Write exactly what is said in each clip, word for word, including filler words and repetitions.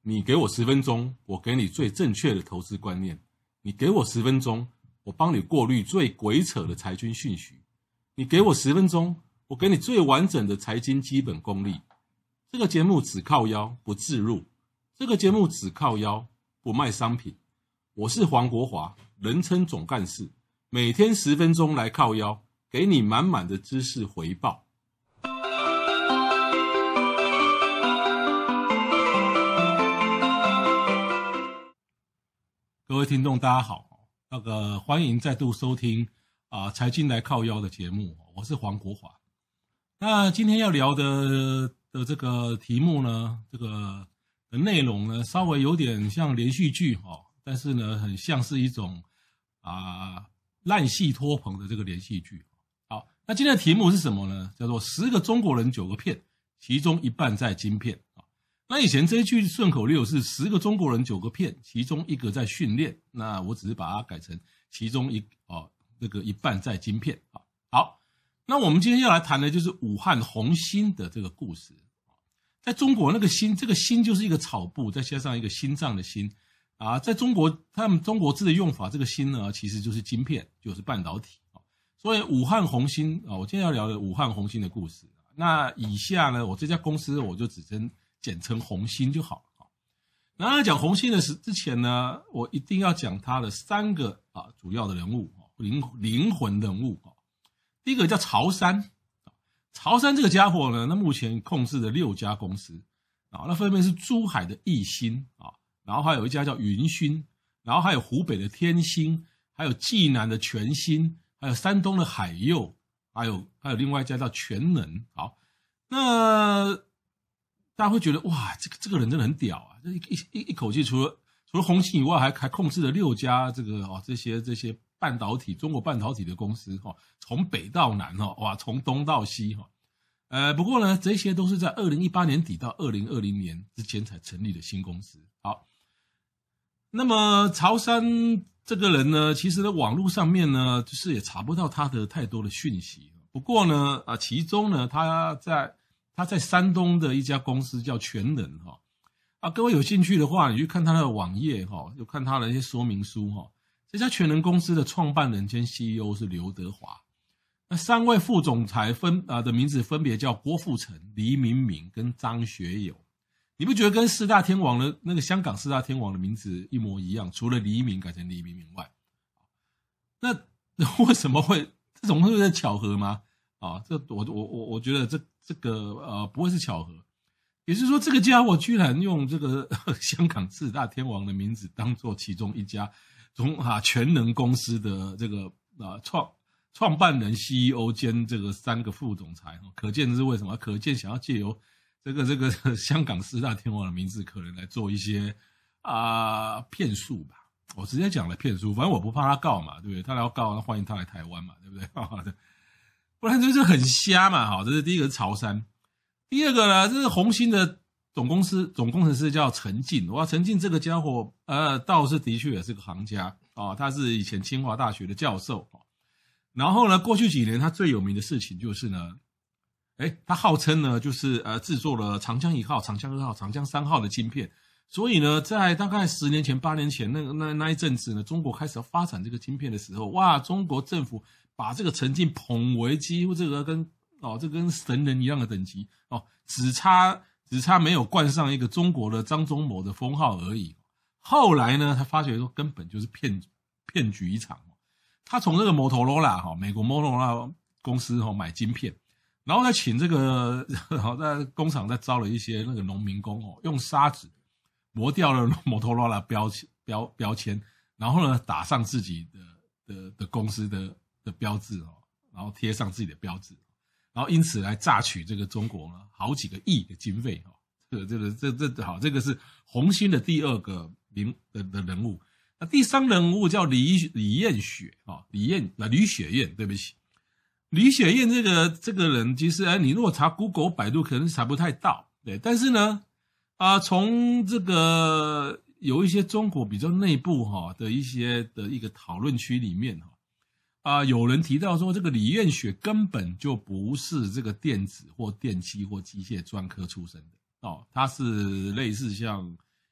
你给我十分钟，我给你最正确的投资观念；你给我十分钟，我帮你过滤最鬼扯的财经讯息；你给我十分钟，我给你最完整的财经基本功力。这个节目只靠腰不置入，这个节目只靠腰不卖商品。我是黄国华，人称总干事，每天十分钟来靠腰，给你满满的知识回报。各位听众大家好，那个欢迎再度收听啊财经来靠腰的节目，我是黄国华。那今天要聊的的这个题目呢，这个的内容呢，稍微有点像连续剧哈，但是呢，很像是一种啊烂戏拖棚的这个连续剧。好，那今天的题目是什么呢？叫做十个中国人九个骗，其中一半在晶片。那以前这一句顺口溜是十个中国人九个骗，其中一个在训练。那我只是把它改成其中一哦这个一半在晶片。好，那我们今天要来谈的就是武汉红星的这个故事。在中国那个星，这个星就是一个草部，再加上一个心脏的心啊。在中国，他们中国字的用法，这个星呢其实就是晶片，就是半导体。所以武汉红星啊，我今天要聊的武汉红星的故事。那以下呢，我这家公司我就只称。简称红星就好了。那讲红星的之前呢，我一定要讲他的三个啊主要的人物，灵灵魂人物。第一个叫曹山，曹山这个家伙呢，那目前控制了六家公司啊，那分别是珠海的亿星啊，然后还有一家叫云勋，然后还有湖北的天星，还有济南的全星，还有山东的海佑，还有还有另外一家叫全能。好，那大家会觉得哇，这个这个人真的很屌啊！这一一一口气，除了除了红星以外，还还控制了六家这个哦这些这些半导体中国半导体的公司哈、哦，从北到南哈、哦，哇，从东到西哈、哦。呃，不过呢，这些都是在二零一八年底到二零二零年之间才成立的新公司。好，那么曹山这个人呢，其实呢，网络上面呢，就是也查不到他的太多的讯息。不过呢，啊，其中呢，他在他在山东的一家公司叫全能哈啊，各位有兴趣的话，你去看他的网页哈，就看他的一些说明书哈。这家全能公司的创办人兼 C E O 是刘德华，那三位副总裁分啊的名字分别叫郭富城、黎明敏跟张学友。你不觉得跟四大天王的那个香港四大天王的名字一模一样？除了黎明改成黎明敏外，那为什么会这种会是巧合吗？啊，这我我我我觉得这。这个呃不会是巧合，也就是说，这个家伙居然用这个香港四大天王的名字当做其中一家中啊全能公司的这个啊创创办人 C E O 兼这个三个副总裁，可见是为什么？可见想要借由这个这个香港四大天王的名字，可能来做一些啊骗术吧。我直接讲了骗术，反正我不怕他告嘛，对不对？他要告，那欢迎他来台湾嘛，对不对？不然就是很瞎嘛，好，这是第一个是曹山，第二个呢，这是红星的总公司总工程师叫陈进，哇，陈进这个家伙，呃，倒是的确也是个行家啊、哦，他是以前清华大学的教授，然后呢，过去几年他最有名的事情就是呢，哎，他号称呢就是呃制作了长江一号、长江二号、长江三号的晶片，所以呢，在大概十年前、八年前那个那那一阵子呢，中国开始要发展这个晶片的时候，哇，中国政府把这个陈进捧为几乎这个跟哦，这跟神人一样的等级哦，只差只差没有冠上一个中国的张忠谋的封号而已。后来呢，他发觉说根本就是骗骗局一场。他从这个摩托罗拉哈，美国摩托罗拉公司哈买晶片，然后再请这个好在工厂再招了一些那个农民工哦，用砂纸磨掉了摩托罗拉标标标签，然后呢打上自己的的的公司的。的标志哦，然后贴上自己的标志，然后因此来榨取这个中国呢好几个亿的经费哈，这个这个这这好，这个是红星的第二个名的的人物。那第三人物叫李李彦雪啊，李彦那吕雪燕，对不起，李雪燕这个这个人，其实哎，你如果查 Google 百度可能查不太到，对，但是呢啊，从这个有一些中国比较内部哈的一些的一个讨论区里面哈。啊、呃，有人提到说，这个李彦雪根本就不是这个电子或电机或机械专科出身的哦，他是类似像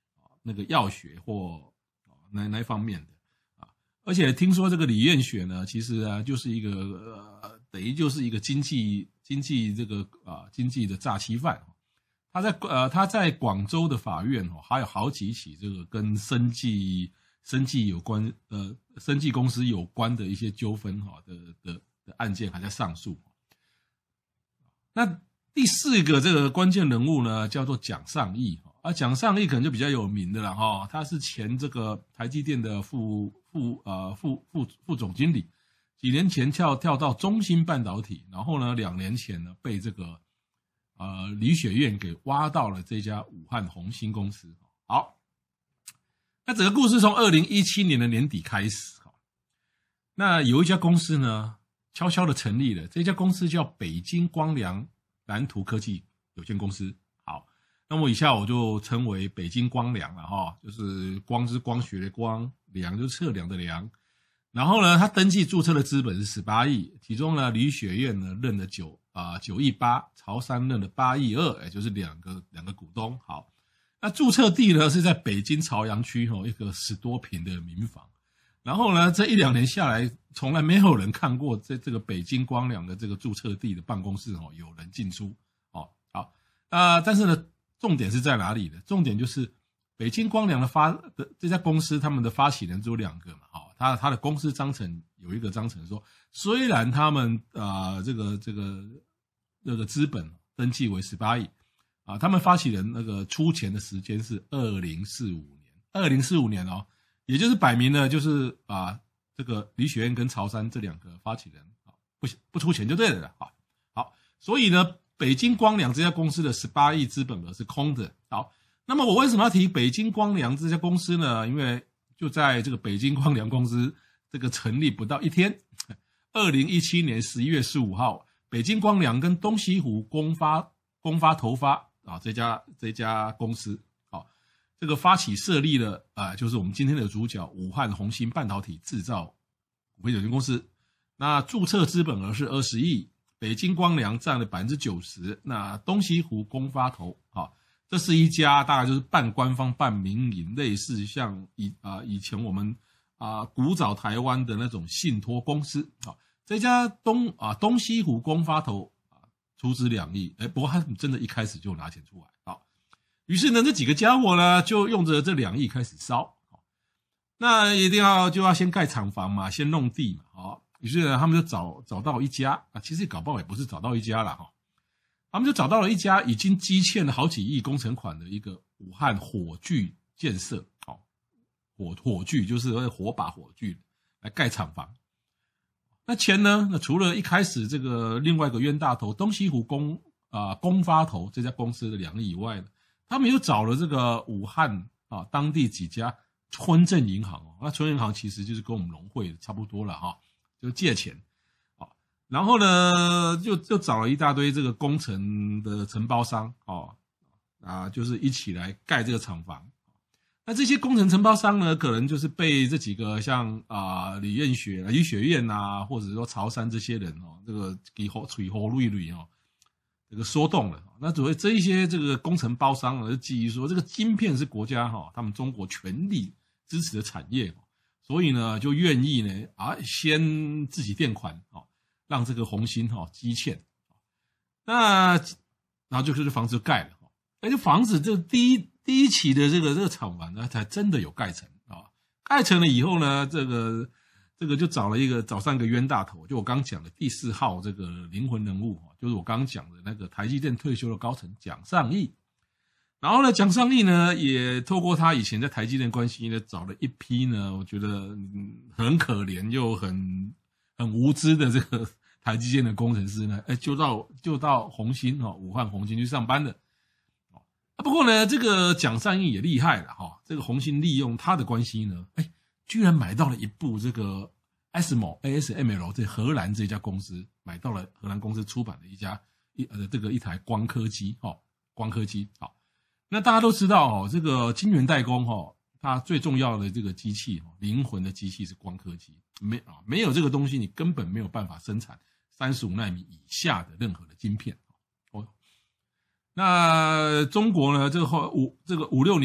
那个药学或那那一方面的啊。而且听说这个李彦雪呢，其实啊就是一个呃等于就是一个经济经济这个啊经济的诈欺犯。他在呃他在广州的法院哦，还有好几起这个跟生技生技有关呃生技公司有关的一些纠纷哈的的的案件还在上诉。那第四个这个关键人物呢，叫做蒋尚义啊，蒋尚义可能就比较有名的了哈，他是前这个台积电的副副呃副副副总经理，几年前跳跳到中芯半导体，然后呢两年前呢被这个呃李雪院给挖到了这家武汉宏芯公司。好，那整个故事从二零一七年的年底开始，那有一家公司呢悄悄的成立了，这家公司叫北京光良蓝图科技有限公司。好，那么以下我就称为北京光良了哈，就是光是光学的光，良就是测量的量。然后呢，他登记注册的资本是十八亿，其中呢，李雪院呢认了九啊九亿八，曹山认了八亿二，也就是两个两个股东。好，那注册地呢是在北京朝阳区哦，一个十多坪的民房。然后呢，这一两年下来，从来没有人看过这这个北京光良的这个注册地的办公室哦，有人进出哦。好，啊、呃，但是呢，重点是在哪里呢？重点就是北京光良的发的这家公司，他们的发起人只有两个嘛，好、哦，他他的公司章程有一个章程说，虽然他们啊、呃、这个这个这个资本登记为十八亿啊，他们发起人那个出钱的时间是二零四五年，二零四五年哦。也就是摆明了，就是啊，这个李雪院跟曹山这两个发起人啊，不不出钱就对了啊。好，所以呢，北京光良这家公司的十八亿资本额是空的。好，那么我为什么要提北京光良这家公司呢？因为就在这个北京光良公司这个成立不到一天，二零一七年十一月十五号，北京光良跟东西湖公发公发投发啊这家这家公司。这个发起设立了啊、呃，就是我们今天的主角武汉宏芯半导体制造股份有限公司。那注册资本额是二十亿，北京光良占了百分之九十，那东西湖公发投啊，这是一家大概就是半官方半民营，类似像以啊、呃、以前我们啊、呃、古早台湾的那种信托公司啊。这家东啊东西湖公发投啊出资两亿，哎，不过他真的一开始就拿钱出来啊。于是呢，这几个家伙呢，就用着这两亿开始烧。那一定要就要先盖厂房嘛，先弄地嘛，好。于是呢，他们就找找到一家啊，其实搞不好也不是找到一家啦哈，他们就找到了一家已经积欠了好几亿工程款的一个武汉火炬建设，好，火火炬就是火把火炬来盖厂房。那钱呢？那除了一开始这个另外一个冤大头东西湖公啊、呃、公发投这家公司的两亿以外呢，他们又找了这个武汉啊当地几家村镇银行哦，那村镇银行其实就是跟我们农会差不多了哈，就借钱，啊，然后呢就就找了一大堆这个工程的承包商哦，啊，就是一起来盖这个厂房。那这些工程承包商呢，可能就是被这几个像啊、呃、李彦雪、李雪院啊，或者说曹山这些人哦，这个给后吹后绿绿哦，这个说动了。那主要这一些这个工程包商呢，就基于说这个晶片是国家哈、哦，他们中国全力支持的产业，所以呢就愿意呢啊先自己垫款哦，让这个宏芯哈积欠。那然后就这房子就盖了，那这房子就第一。第一期的这个这个厂房呢，才真的有盖成啊！盖成了以后呢，这个这个就找了一个找上一个冤大头，就我刚讲的第四号这个灵魂人物，就是我刚刚讲的那个台积电退休的高层蒋尚义。然后呢，蒋尚义呢也透过他以前在台积电关系呢，找了一批呢，我觉得、嗯、很可怜又很很无知的这个台积电的工程师呢，哎，就到就到宏芯哦，武汉宏芯去上班的。啊，不过呢，这个蒋尚义也厉害了哈、哦。这个宏芯利用他的关系呢，哎，居然买到了一部这个 A S M L A S M L 这荷兰这家公司买到了荷兰公司出版的一家一呃这个一台光刻机哈、哦，光刻机好、哦。那大家都知道哦，这个晶圆代工哈、哦，它最重要的这个机器哈、哦，灵魂的机器是光刻机，没啊没有这个东西，你根本没有办法生产三十五奈米以下的任何的晶片。那中国呢？这个后五这个五六年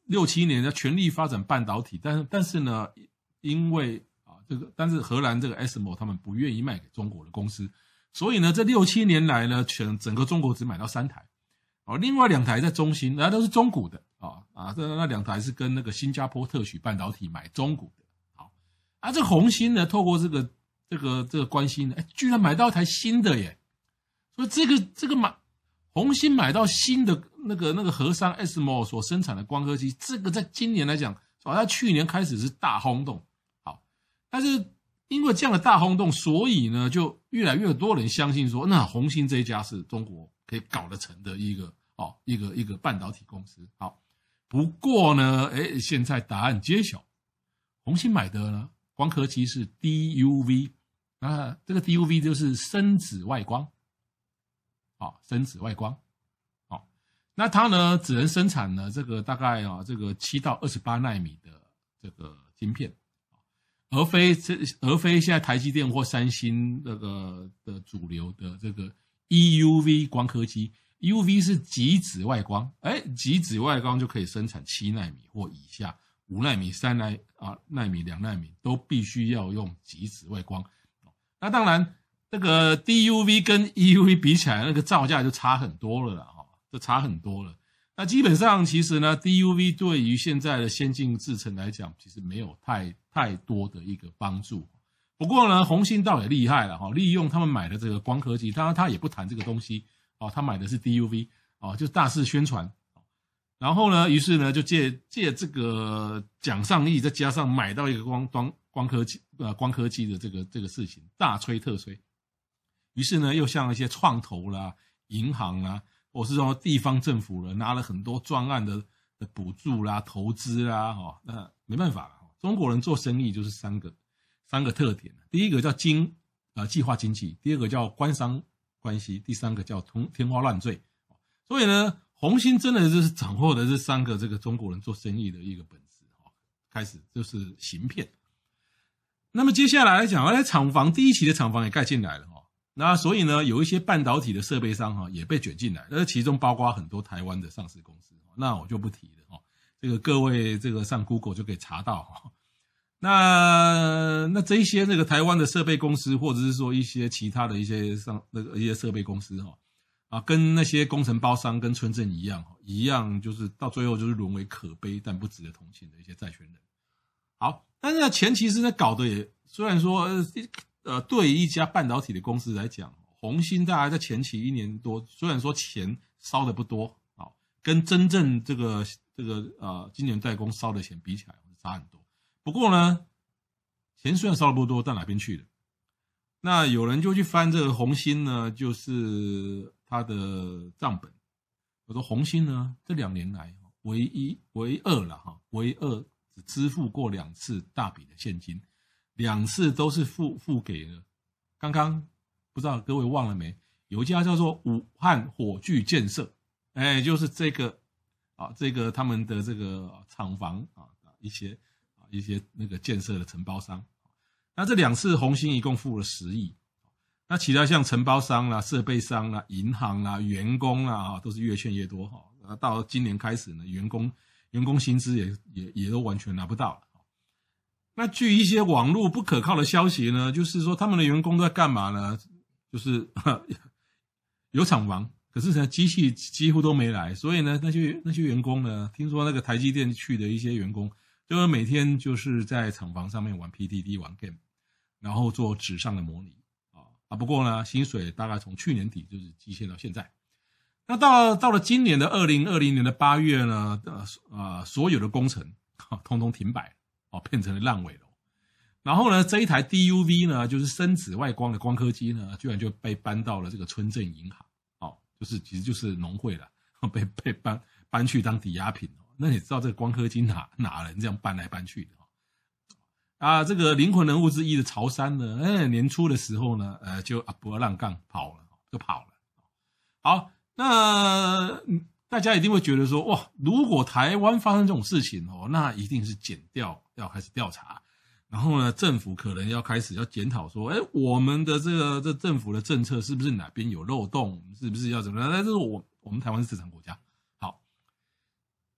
六七年要全力发展半导体，但是但是呢，因为啊这个，但是荷兰这个 A S M L 他们不愿意卖给中国的公司，所以呢，这六七年来呢，全整个中国只买到三台，哦，另外两台在中芯，那都是中股的啊啊，这那两台是跟那个新加坡特许半导体买中股的，好啊，这宏芯呢，透过这个这个这个关系呢，哎，居然买到一台新的耶，所以这个这个买宏芯买到新的。那个那个荷商 A S M L 所生产的光刻机，这个在今年来讲，好像去年开始是大轰动，好，但是因为这样的大轰动，所以呢，就越来越多人相信说，那宏芯这一家是中国可以搞得成的一个哦，一个一个半导体公司。好，不过呢，哎，现在答案揭晓，宏芯买的呢光刻机是 D U V， 那这个 D U V 就是深紫外光，好，深紫外光。那它呢，只能生产呢这个大概啊这个七到二十八奈米的这个晶片，而非这而非现在台积电或三星这个的主流的这个 E U V 光刻机 ，E U V 是极紫外光，哎，极紫外光就可以生产七奈米或以下，五奈米、三奈啊奈米、两奈米都必须要用极紫外光。那当然，这个 D U V 跟 E U V 比起来，那个造价就差很多了啦。就差很多了。那基本上其实呢 ，D U V 对于现在的先进制程来讲，其实没有太太多的一个帮助。不过呢，宏芯倒也厉害了哈，利用他们买的这个光刻机，当然他也不谈这个东西哦，他买的是 D U V 哦，就大肆宣传。然后呢，于是呢就借借这个奖赏益，再加上买到一个光光光刻机呃光刻机的这个这个事情，大吹特吹。于是呢，又像一些创投啦、银行啦。或是说地方政府了拿了很多专案的的补助啦、投资啦，哈，那没办法了。中国人做生意就是三个三个特点，第一个叫经呃计划经济，第二个叫官商关系，第三个叫通天花乱坠。所以呢，宏芯真的就是掌握的这三个这个中国人做生意的一个本质，开始就是行骗。那么接下来来讲，来厂房第一期的厂房也盖进来了。那所以呢，有一些半导体的设备商哈也被卷进来，那其中包括很多台湾的上市公司，那我就不提了哈。这个各位这个上 Google 就可以查到哈。那那这一些这个台湾的设备公司，或者是说一些其他的一些上那个一些设备公司哈啊，跟那些工程包商跟村镇一样一样，就是到最后就是沦为可悲但不值得同情的一些债权人。好，但是呢前期是呢搞得也虽然说。呃呃，对于一家半导体的公司来讲，宏芯大概在前期一年多，虽然说钱烧的不多啊，跟真正这个这个呃晶圆代工烧的钱比起来差很多。不过呢，钱虽然烧的不多，到哪边去了？那有人就去翻这个宏芯呢，就是它的账本。我说宏芯呢，这两年来唯一唯二了哈，唯二只支付过两次大笔的现金。两次都是付付给了，刚刚不知道各位忘了没？有一家叫做武汉火炬建设，哎，就是这个啊，这个他们的这个厂房啊，一些啊一些那个建设的承包商。那这两次宏芯一共付了十亿，那其他像承包商啦、设备商啦、银行啦、员工啦，都是越欠越多哈。到今年开始呢，员工员工薪资也也也都完全拿不到了。那据一些网络不可靠的消息呢，就是说他们的员工都在干嘛呢？就是有厂房，可是呢机器几乎都没来，所以呢那些那些员工呢，听说那个台积电去的一些员工，就是每天就是在厂房上面玩 P T T 玩 game， 然后做纸上的模拟啊啊。不过呢，薪水大概从去年底就是极限到现在。那到到了今年的二零二零年的八月呢，呃呃所有的工程通通停摆。哦，变成了烂尾楼。然后呢，这一台 D U V 呢，就是深紫外光的光刻机呢，居然就被搬到了这个村镇银行，哦，就是其实就是农会了，被被搬搬去当抵押品。那你知道这个光刻机哪哪人这样搬来搬去的？啊，这个灵魂人物之一的曹山呢，哎，年初的时候呢，呃，就啊不让杠跑了，就跑了。好，那。大家一定会觉得说，哇，如果台湾发生这种事情哦，那一定是检调要开始调查，然后呢，政府可能要开始要检讨说，哎，我们的这个这政府的政策是不是哪边有漏洞，是不是要怎么样？但是我我们台湾是市场国家，好，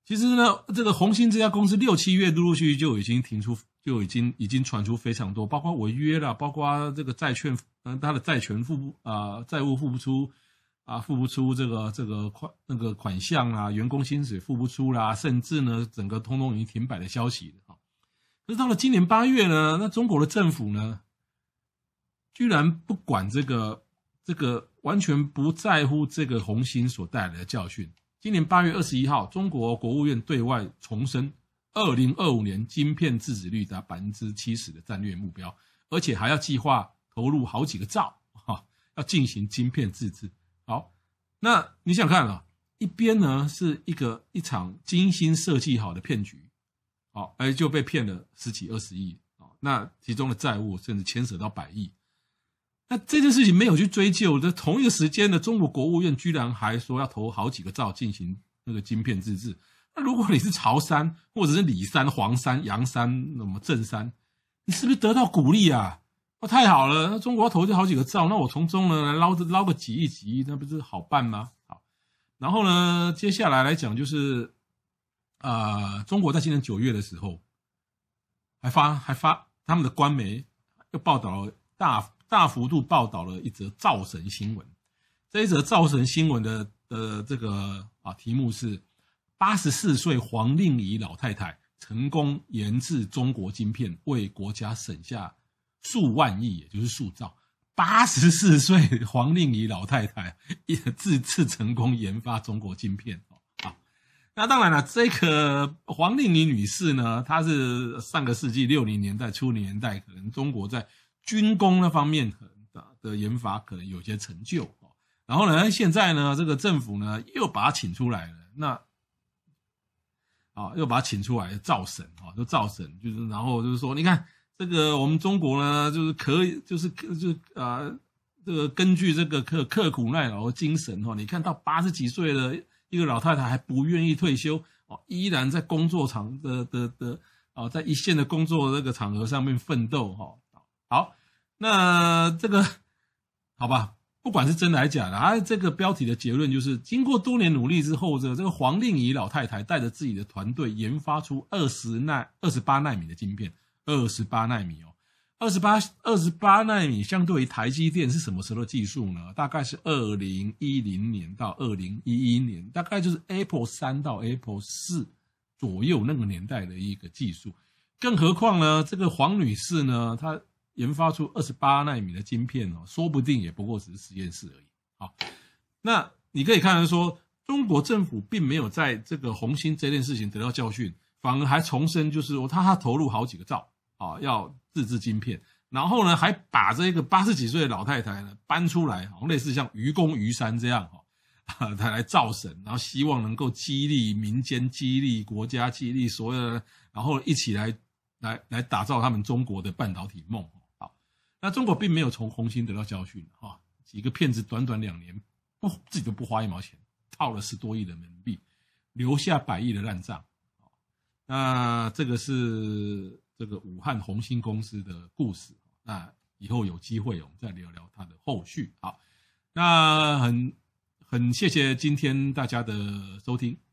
其实呢，这个宏星这家公司六七月陆陆续续就已经停出，就已经已经传出非常多，包括违约了，包括这个债券，嗯、呃，他的债权付不啊、呃，债务付不出啊，付不出这个这个款那个款项啦，员工薪水付不出啦，甚至呢，整个通通已经停摆的消息了。可是到了今年八月呢，那中国的政府呢，居然不管这个这个，完全不在乎这个宏星所带来的教训。今年八月二十一号，中国国务院对外重申二零二五年晶片自给率达 百分之七十 的战略目标，而且还要计划投入好几个兆，哈，要进行晶片自制。好，那你想看啊，一边呢是一个一场精心设计好的骗局，好，而就被骗了十几二十亿，那其中的债务甚至牵扯到百亿。那这件事情没有去追究，在同一个时间呢，中国国务院居然还说要投好几个兆进行那个晶片自制。那如果你是曹山，或者是李山、黄山、杨山、什么郑山，你是不是得到鼓励啊？哦，太好了，那中国要投就好几个兆，那我从中呢来捞捞个几亿几亿，那不是好办吗？好，然后呢，接下来来讲就是，呃，中国在今年九月的时候，还发还发他们的官媒又报道了大。大幅度报道了一则造神新闻，这一则造神新闻的的这个啊题目是八十四岁黄令仪老太太成功研制中国晶片，为国家省下数万亿，也就是数兆。八十四岁黄令仪老太太自次成功研发中国晶片啊。那当然了，这个黄令仪女士呢，她是上个世纪六零年代初年代，可能中国在军工那方面的研发可能有些成就，然后呢，现在呢，这个政府呢又把他请出来了，那啊又把他请出来造神啊，就造神，就是然后就是说，你看这个我们中国呢，就是可以，就是就是啊，这个根据这个刻刻苦耐劳的精神哈，你看到八十几岁的一个老太太还不愿意退休哦，依然在工作场的的的啊，在一线的工作这个场合上面奋斗哈。好，那这个好吧，不管是真的还是假的啊，这个标题的结论就是，经过多年努力之后，这个这个黄令仪老太太带着自己的团队研发出二十奈二十八奈米的晶片，二十八奈米哦，二十八二十八奈米相对于台积电是什么时候的技术呢？大概是二零一零年到二零一一年，大概就是 Apple 三到 Apple 四左右那个年代的一个技术。更何况呢，这个黄女士呢，她研发出二十八奈米的晶片哦，说不定也不过只是实验室而已。好，那你可以看到说，中国政府并没有在这个宏星这件事情得到教训，反而还重申就是说他他投入好几个兆啊，要自制晶片，然后呢还把这个八十几岁的老太太呢搬出来，好像类似像愚公移山这样哈，他来造神，然后希望能够激励民间、激励国家、激励所有的，然后一起来来来打造他们中国的半导体梦。那中国并没有从宏星得到教训哈，几个骗子短短两年不自己都不花一毛钱，套了十多亿人民币，留下百亿的烂账。那这个是这个武汉宏星公司的故事，那以后有机会我们再聊聊它的后续。好，那很很谢谢今天大家的收听。